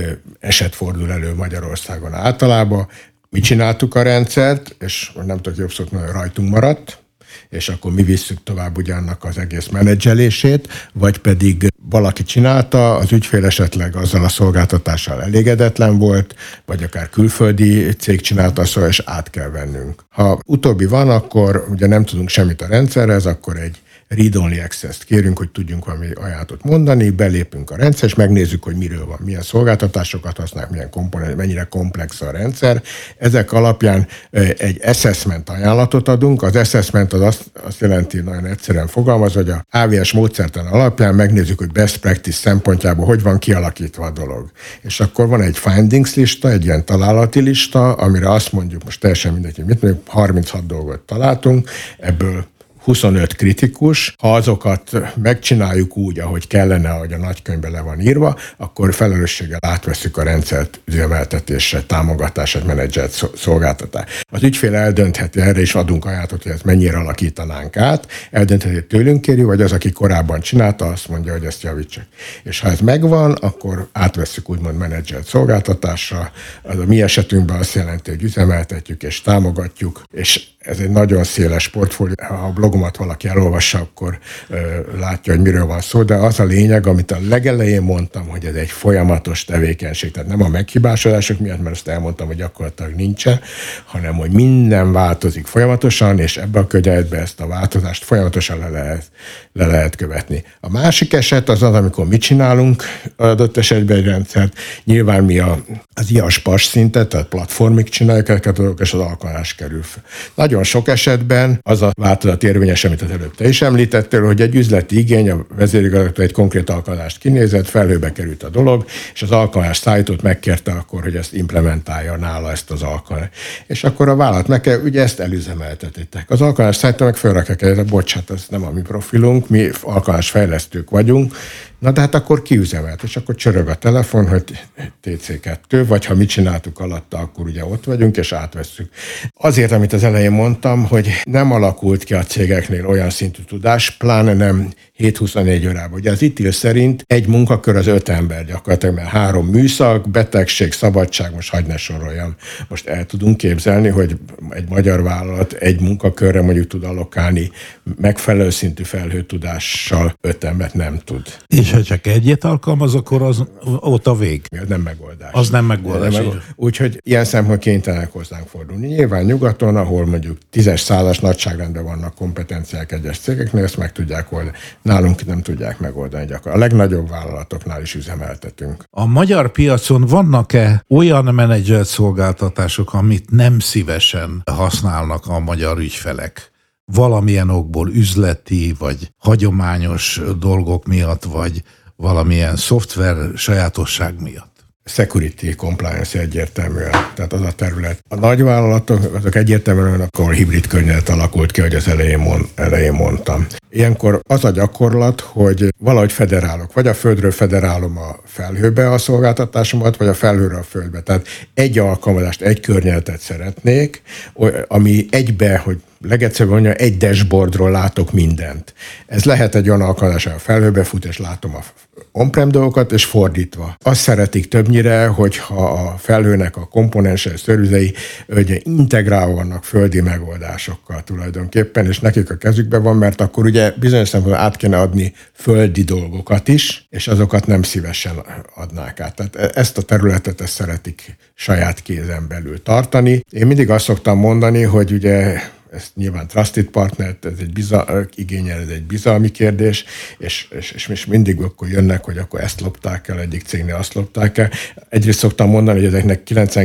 eset fordul elő Magyarországon általában. Mi csináltuk a rendszert, és nem tudok jobb szót mondani, rajtunk maradt, és akkor mi visszük tovább ugyannak az egész menedzselését, vagy pedig valaki csinálta, az ügyfél esetleg azzal a szolgáltatással elégedetlen volt, vagy akár külföldi cég csinálta, szóval és át kell vennünk. Ha utóbbi van, akkor ugye nem tudunk semmit a rendszerhez, akkor egy read-only access-t kérünk, hogy tudjunk valami ajánlatot mondani, belépünk a rendszer, és megnézzük, hogy miről van, milyen szolgáltatásokat használnak, milyen komponens, mennyire komplex a rendszer. Ezek alapján egy assessment ajánlatot adunk. Az assessment az azt jelenti, nagyon egyszerűen fogalmaz, hogy a AWS módszertan alapján megnézzük, hogy best practice szempontjából hogy van kialakítva a dolog. És akkor van egy findings lista, egy ilyen találati lista, amire azt mondjuk, most teljesen mindegy, hogy mit mondjuk, 36 dolgot találtunk, ebből 25 kritikus. Ha azokat megcsináljuk úgy, ahogy kellene, ahogy a nagykönyvben le van írva, akkor felelősséggel átveszük a rendszert üzemeltetésre, támogatását, menedzselt szolgáltatást. Az ügyfél eldöntheti, erre is adunk ajánlatot, hogy ezt mennyire alakítanánk át, eldöntheti, tőlünk kérjük, vagy az, aki korábban csinálta, azt mondja, hogy ezt javítsak. És ha ez megvan, akkor átveszük úgymond menedzselt szolgáltatásra. Az a mi esetünkben azt jelenti, hogy üzemeltetjük és támogatjuk, és ez egy nagyon széles portfólió. Ha a blogomat valaki elolvassa, akkor látja, hogy miről van szó, de az a lényeg, amit a legelején mondtam, hogy ez egy folyamatos tevékenység. Tehát nem a meghibásodások miatt, mert azt elmondtam, hogy gyakorlatilag nincsen, hanem hogy minden változik folyamatosan, és ebbe a környezetbe ezt a változást folyamatosan le lehet követni. A másik eset az, amikor mit csinálunk adott esetben egy rendszert. Nyilván mi az IaaS-PaaS szintet, tehát platformig csináljuk ezeket a dolgokat, és az alkalmazás kerül fel. Nagyon sok esetben az a változat érvényes, amit az előbb te is említettél, hogy egy üzleti igény, a vezérigazgató egy konkrét alkalmazást kinézett, felhőbe került a dolog, és az alkalmazás szállítót megkérte akkor, hogy ezt implementálja nála ezt az alkalmazást. És akkor a vállalat meg kell, ugye ezt elüzemeltetitek. Az alkalmazás szállító meg felrakják el, bocsánat, ez nem a mi profilunk, mi alkalmazás fejlesztők vagyunk, na de hát akkor kiüzemelt, és akkor csörög a telefon, hogy TC2, vagy ha mit csináltuk alatta, akkor ugye ott vagyunk, és átvesszük. Azért, amit az elején mondtam, hogy nem alakult ki a cégeknél olyan szintű tudás, pláne nem 7-24 órában. Ugye az ITIL szerint egy munkakör az 5 ember gyakorlatilag, mert 3 műszak, betegség, szabadság, most hagyd ne soroljam. Most el tudunk képzelni, hogy egy magyar vállalat egy munkakörre mondjuk tud allokálni megfelelő szintű felhőtudással 5 embert nem tud. És ha csak egyet alkalmaz, akkor az ott a vég. Az nem megoldás. Az nem megoldás. Úgyhogy ilyen szempontból kénytelenek hozzánk fordulni. Nyilván nyugaton, ahol mondjuk 10-es, 100-as nagyságrendben vannak kompetenciák egyes cégeknél, ezt meg tudják oldani. Nálunk nem tudják megoldani gyakorlatilag. A legnagyobb vállalatoknál is üzemeltetünk. A magyar piacon vannak-e olyan menedzselt szolgáltatások, amit nem szívesen használnak a magyar ügyfelek? Valamilyen okból, üzleti, vagy hagyományos dolgok miatt, vagy valamilyen szoftver sajátosság miatt? security compliance egyértelműen. Tehát az a terület. A nagyvállalatok, azok egyértelműen akkor hibrid környezet alakult ki, hogy az elején mondtam. Ilyenkor az a gyakorlat, hogy valahogy federálok, vagy a földről federálom a felhőbe a szolgáltatásomat, vagy a felhőről a földbe. Tehát egy alkalmazást, egy környezetet szeretnék, ami egybe, hogy legegyszerűbb mondja, egy dashboardról látok mindent. Ez lehet egy olyan alkalmazás, hogy a felhőbe fut, és látom a on-prem dolgokat, és fordítva. Azt szeretik többnyire, hogyha a felhőnek a komponensei, szervizei ugye integrálva vannak földi megoldásokkal tulajdonképpen, és nekik a kezükben van, mert akkor ugye bizonyos szempontból át kéne adni földi dolgokat is, és azokat nem szívesen adnák át. Tehát ezt a területet szeretik saját kézen belül tartani. Én mindig azt szoktam mondani, hogy ugye ezt nyilván trusted partnert, ez igényel, ez egy bizalmi kérdés, és mindig akkor jönnek, hogy akkor ezt lopták el, egyik cégnél azt lopták el. Egyrészt szoktam mondani, hogy ezeknek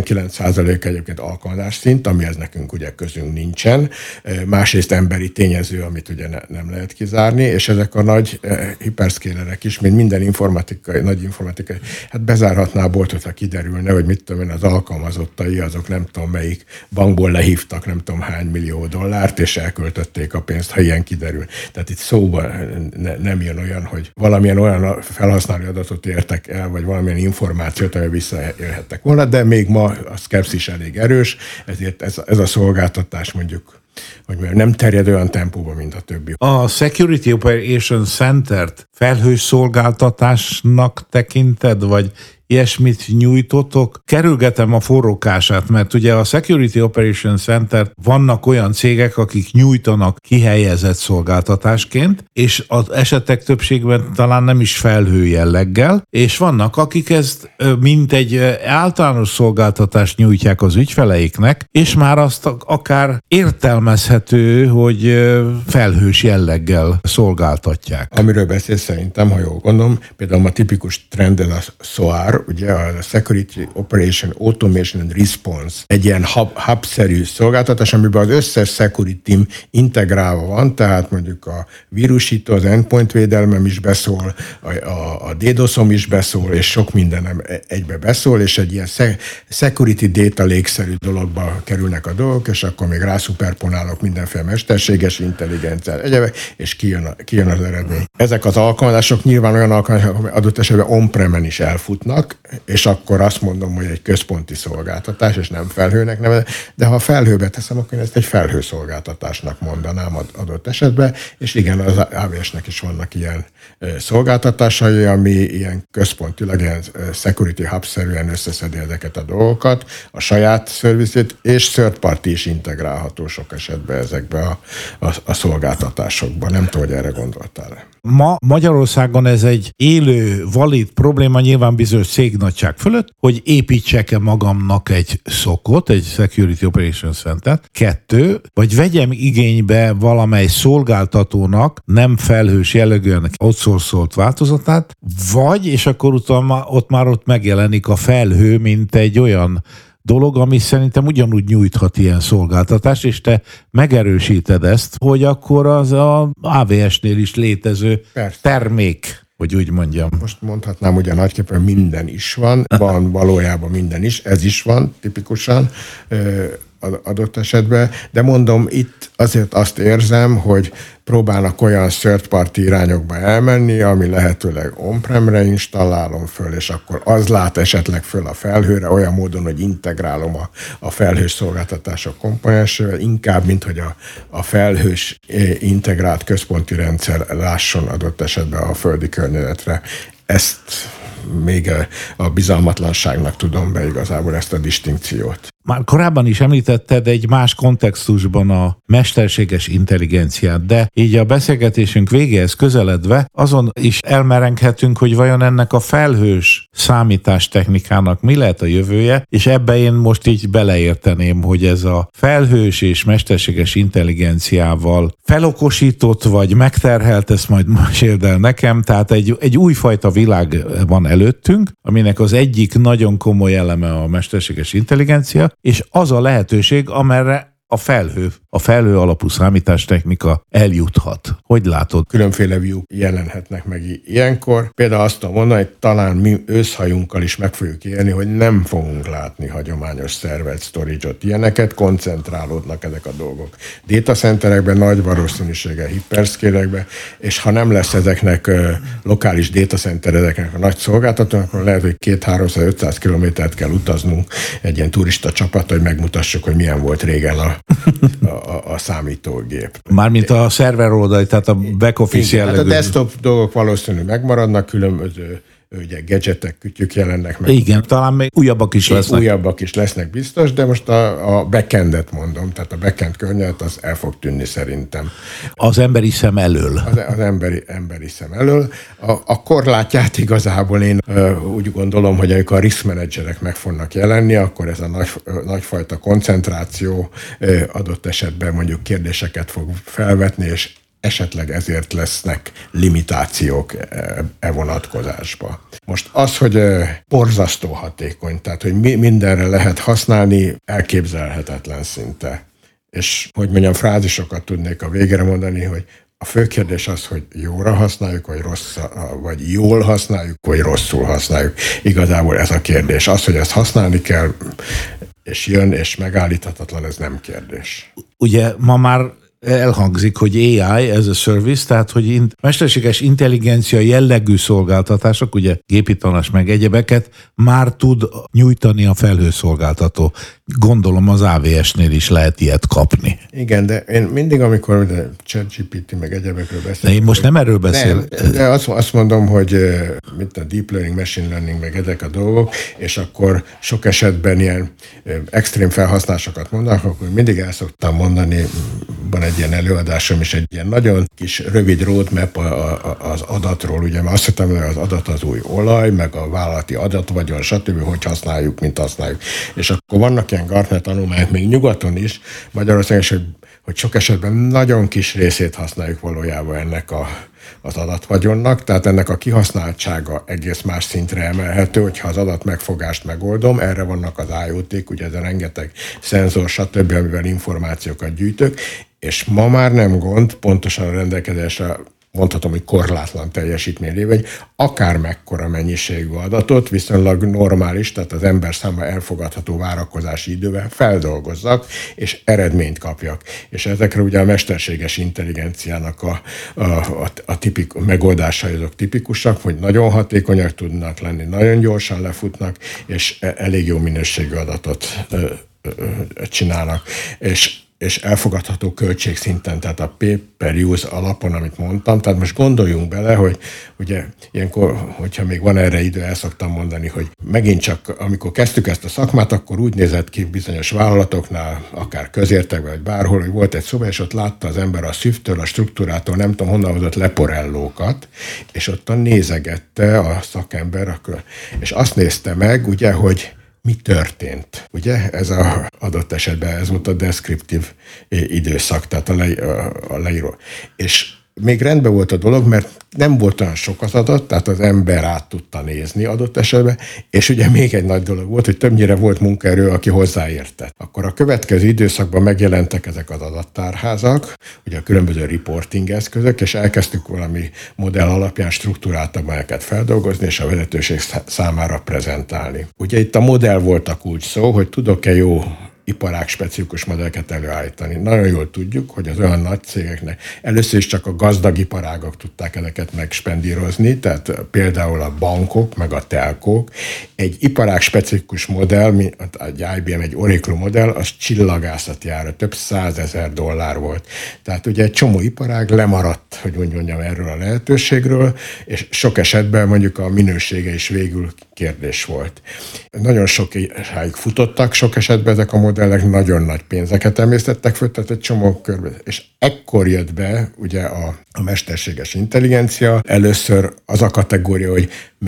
99% egyébként alkalmazás szint, amihez nekünk ugye közünk nincsen. Másrészt emberi tényező, amit ugye nem lehet kizárni, és ezek a nagy hiperszkélerek is, mint minden nagy informatikai, hát bezárhatná a boltot, ha kiderülne, hogy mit tudom én, az alkalmazottai, azok nem tudom melyik bankból lehívtak, nem tudom hány millió dollárt, és elköltötték a pénzt, ha ilyen kiderül. Tehát itt szóban nem jön olyan, hogy valamilyen olyan felhasználói adatot értek el, vagy valamilyen információt, amely visszaélhettek volna, de még ma a szkepszis elég erős, ezért ez a szolgáltatás mondjuk, hogy nem terjed olyan tempóban, mint a többi. A Security Operations Center-t felhős szolgáltatásnak tekinted, vagy ilyesmit nyújtotok? Kerülgetem a forrókását, mert ugye a Security Operations Center vannak olyan cégek, akik nyújtanak kihelyezett szolgáltatásként, és az esetek többségben talán nem is felhő jelleggel, és vannak, akik ezt mint egy általános szolgáltatást nyújtják az ügyfeleiknek, és már azt akár értelmezhető, hogy felhős jelleggel szolgáltatják. Amiről beszélsz szerintem, ha jól gondolom, például a tipikus trend ez a SOAR, ugye a Security Operation Automation and Response, egy ilyen hub-szerű szolgáltatás, amiben az összes security team integrálva van, tehát mondjuk a vírusító, az endpoint védelmem is beszól, a DDoS-om is beszól, és sok mindenem egybe beszól, és egy ilyen security data lake-szerű dologba kerülnek a dolgok, és akkor még rászuperponálok mindenféle mesterséges intelligenciát, egyebek, és kijön az eredmény. Ezek az alkalmazások nyilván olyan alkalmazások, amely adott esetben on-premen is elfutnak, és akkor azt mondom, hogy egy központi szolgáltatás, és nem felhőnek nevezem, de ha felhőbe teszem, akkor ezt egy felhőszolgáltatásnak mondanám adott esetben, és igen, az AWS-nek is vannak ilyen szolgáltatásai, ami ilyen központilag, ilyen security hub-szerűen összeszedi ezeket a dolgokat, a saját szervizét, és third party is integrálható sok esetben ezekbe a szolgáltatásokba. Nem tudom, hogy erre gondoltál. Ma Magyarországon ez egy élő, valid probléma nyilván bizonyos cégnagyság fölött, hogy építsek-e magamnak egy SOC-ot, egy Security Operations Center-t. 2, vagy vegyem igénybe valamely szolgáltatónak nem felhős jellegűen outsourcolt változatát, vagy, és akkor ott megjelenik a felhő, mint egy olyan dolog, ami szerintem ugyanúgy nyújthat ilyen szolgáltatást, és te megerősíted ezt, hogy akkor az a AWS-nél is létező termék, hogy úgy mondjam. Most mondhatnám, hogy a nagyképpen minden is van valójában minden is, ez is van tipikusan adott esetben, de mondom, itt azért azt érzem, hogy próbálnak olyan third party irányokba elmenni, ami lehetőleg on-premre installálom föl, és akkor az lát esetleg föl a felhőre, olyan módon, hogy integrálom a felhős szolgáltatások komponensével, inkább, mint hogy a felhős integrált központi rendszer lásson adott esetben a földi környezetre. Ezt még a bizalmatlanságnak tudom be igazából ezt a distinkciót. Már korábban is említetted egy más kontextusban a mesterséges intelligenciát, de így a beszélgetésünk végéhez közeledve azon is elmerenghetünk, hogy vajon ennek a felhős számítástechnikának mi lehet a jövője, és ebbe én most így beleérteném, hogy ez a felhős és mesterséges intelligenciával felokosított vagy megterhelt, ezt majd meséld el nekem, tehát egy újfajta világ van előttünk, aminek az egyik nagyon komoly eleme a mesterséges intelligencia, és az a lehetőség, amerre a felhő a felhő alapú számítástechnika eljuthat? Hogy látod? Különféle view jelenhetnek meg ilyenkor. Például azt tudom mondani, hogy talán mi őszhajunkkal is meg fogjuk élni, hogy nem fogunk látni hagyományos server storage-ot. Ilyeneket, koncentrálódnak ezek a dolgok. Datacenterekben nagy valószínűséggel, hiperscale-ekben, és ha nem lesz ezeknek lokális datacentereknek a nagy szolgáltatónak, akkor lehet, hogy 200-300-500 kilométert kell utaznunk egy ilyen turista csapat, hogy megmutassuk, hogy milyen volt régen a számítógép. Mármint a szerver oldali, tehát a back office jellegű. Hát a desktop dolgok valószínűleg megmaradnak, különböző ugye gadgetek, kütyük jelennek meg. Igen, talán még újabbak is lesznek. Újabbak is lesznek biztos, de most a backendet mondom, tehát a backend környezet az el fog tűnni szerintem. Az emberi szem elől. Az emberi szem elől. A korlátját igazából én úgy gondolom, hogy amikor a risk managerek meg fognak jelenni, akkor ez a nagyfajta koncentráció adott esetben mondjuk kérdéseket fog felvetni, és esetleg ezért lesznek limitációk vonatkozásba. Most az, hogy borzasztó hatékony, tehát hogy mindenre lehet használni, elképzelhetetlen szinte. És hogy mondjam, frázisokat tudnék a végére mondani, hogy a fő kérdés az, hogy jóra használjuk, vagy jól használjuk, vagy rosszul használjuk. Igazából ez a kérdés. Az, hogy ezt használni kell, és jön, és megállíthatatlan, ez nem kérdés. Ugye ma már elhangzik, hogy AI as a service, tehát hogy mesterséges intelligencia jellegű szolgáltatások, ugye gépi tanás meg egyebeket már tud nyújtani a felhőszolgáltató. Gondolom az AWS-nél is lehet ilyet kapni. Igen, de én mindig, amikor ChatGPT meg egyebekről beszélek. Én most nem erről beszélek. De azt mondom, hogy mint a deep learning, machine learning, meg ezek a dolgok, és akkor sok esetben ilyen extrém felhasználásokat mondanak, akkor mindig el szoktam mondani, van egy ilyen előadásom is, egy ilyen nagyon kis rövid roadmap az adatról, ugye, mert azt hittem, hogy az adat az új olaj, meg a vállalati adatvagyon, stb., hogy használjuk, mint használjuk. És akkor vannak ilyen Gartner tanulmányok még nyugaton is, Magyarországon is, hogy sok esetben nagyon kis részét használjuk valójában ennek az adatvagyonnak, tehát ennek a kihasználtsága egész más szintre emelhető, hogyha az adatmegfogást megoldom, erre vannak az IoT-k, ugye ez a rengeteg szenzor, stb., amivel információkat gyűjtök, és ma már nem gond, pontosan a rendelkezésre mondhatom, hogy korlátlan teljesítmény lévén, hogy akár mekkora mennyiségű adatot viszonylag normális, tehát az ember számára elfogadható várakozási idővel feldolgozzak, és eredményt kapjak. És ezekre ugye a mesterséges intelligenciának a megoldásai azok tipikusak, hogy nagyon hatékonyak tudnak lenni, nagyon gyorsan lefutnak, és elég jó minőségű adatot csinálnak. És elfogadható költségszinten, tehát a pay-per-use alapon, amit mondtam. Tehát most gondoljunk bele, hogy ugye ilyenkor, hogyha még van erre idő, el szoktam mondani, hogy megint csak, amikor kezdtük ezt a szakmát, akkor úgy nézett ki bizonyos vállalatoknál, akár közértekben, vagy bárhol, hogy volt egy szoba, és ott látta az ember a szűvtől, a struktúrától, nem tudom honnan hozott leporellókat, és ottan nézegette a szakember, és azt nézte meg, ugye, hogy mi történt. Ugye? Ez a adott esetben ez volt a descriptív időszak, tehát a leíró. És még rendben volt a dolog, mert nem volt olyan sok az adat, tehát az ember át tudta nézni adott esetben, és ugye még egy nagy dolog volt, hogy többnyire volt munkaerő, aki hozzáértett. Akkor a következő időszakban megjelentek ezek az adattárházak, ugye a különböző reporting eszközök, és elkezdtük valami modell alapján struktúráltabb ezeket feldolgozni, és a vezetőség számára prezentálni. Ugye itt a modell volt a kulcs szó, hogy tudok-e jó iparág specifikus modelleket előállítani. Nagyon jól tudjuk, hogy az olyan nagy cégeknek először is csak a gazdag iparágok tudták ezeket megspendírozni, tehát például a bankok, meg a telkók. Egy iparág specifikus modell, egy IBM, egy Oracle modell, az csillagászati ára, több $100,000 volt. Tehát ugye egy csomó iparág lemaradt, hogy úgy mondjam, erről a lehetőségről, és sok esetben mondjuk a minősége is végül kérdés volt. Nagyon sokáig futottak, sok esetben ezek a modellek nagyon nagy pénzeket emésztettek föl, tehát egy csomó körbe. És ekkor jött be ugye a mesterséges intelligencia. Először az a kategória, hogy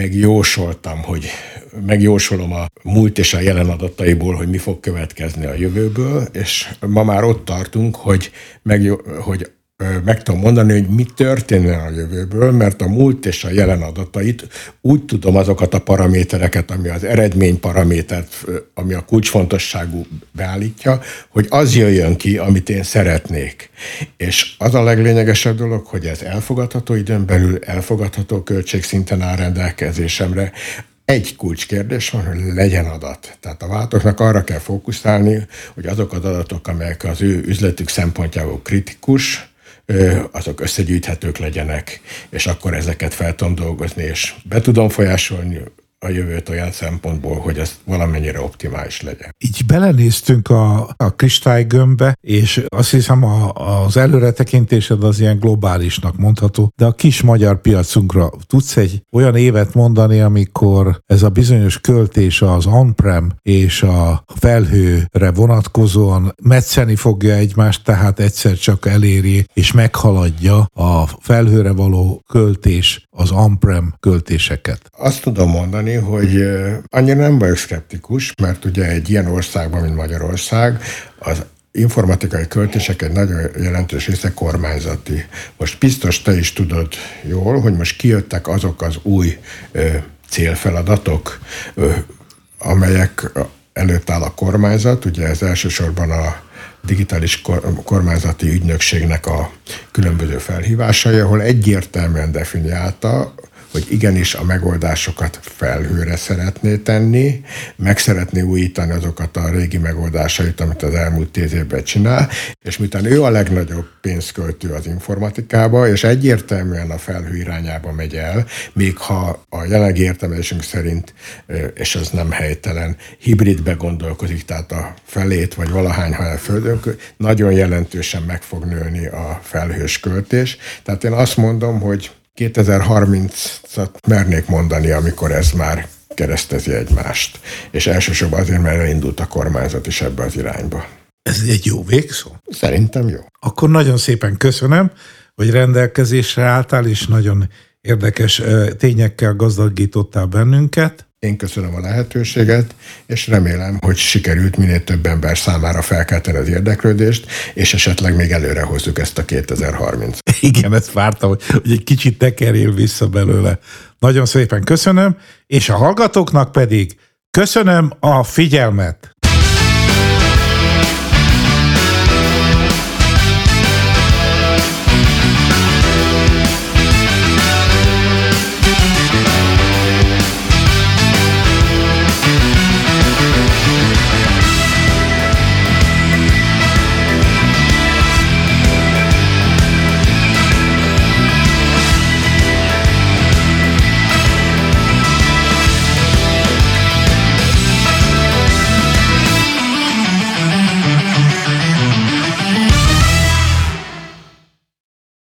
megjósolom a múlt és a jelen adataiból, hogy mi fog következni a jövőből, és ma már ott tartunk, hogy meg tudom mondani, hogy mi történne a jövőből, mert a múlt és a jelen adatait úgy tudom azokat a paramétereket, ami az eredményparamétert, ami a kulcsfontosságú beállítja, hogy az jöjjön ki, amit én szeretnék. És az a leglényegesebb dolog, hogy ez elfogadható időn belül, elfogadható költségszinten áll rendelkezésemre. Egy kulcskérdés van, hogy legyen adat. Tehát a vállalatoknak arra kell fókuszálni, hogy azok az adatok, amelyek az ő üzletük szempontjából kritikus, azok összegyűjthetők legyenek, és akkor ezeket fel tudom dolgozni, és be tudom folyásolni a jövőt olyan szempontból, hogy ez valamennyire optimális legyen. Így belenéztünk a kristálygömbbe, és azt hiszem az előretekintésed az ilyen globálisnak mondható, de a kis magyar piacunkra tudsz egy olyan évet mondani, amikor ez a bizonyos költés az on-prem és a felhőre vonatkozóan metszeni fogja egymást, tehát egyszer csak eléri és meghaladja a felhőre való költés az on-prem költéseket. Azt tudom mondani, hogy annyira nem vagyok szkeptikus, mert ugye egy ilyen országban, mint Magyarország, az informatikai költések egy nagyon jelentős része kormányzati. Most biztos te is tudod jól, hogy most kijöttek azok az új célfeladatok, amelyek előtt áll a kormányzat, ugye ez elsősorban a digitális kormányzati ügynökségnek a különböző felhívásai, ahol egyértelműen definiálta, hogy igenis a megoldásokat felhőre szeretné tenni, meg szeretné újítani azokat a régi megoldásait, amit az elmúlt 10 évben csinál, és miután ő a legnagyobb pénzköltő az informatikába, és egyértelműen a felhő irányába megy el, még ha a jelenlegi értelmezésünk szerint, és ez nem helytelen, hibridbe gondolkozik, tehát a felét, vagy valahány a földön, nagyon jelentősen meg fog nőni a felhős költés. Tehát én azt mondom, hogy 2030-at mernék mondani, amikor ez már keresztezi egymást. És elsősorban azért, mert elindult a kormányzat is ebbe az irányba. Ez egy jó végszó? Szerintem jó. Akkor nagyon szépen köszönöm, hogy rendelkezésre álltál, és nagyon érdekes tényekkel gazdagítottál bennünket. Én köszönöm a lehetőséget, és remélem, hogy sikerült minél több ember számára felkelteni az érdeklődést, és esetleg még előre hozzuk ezt a 2030. Igen, ezt vártam, hogy egy kicsit tekerjél vissza belőle. Nagyon szépen köszönöm, és a hallgatóknak pedig köszönöm a figyelmet.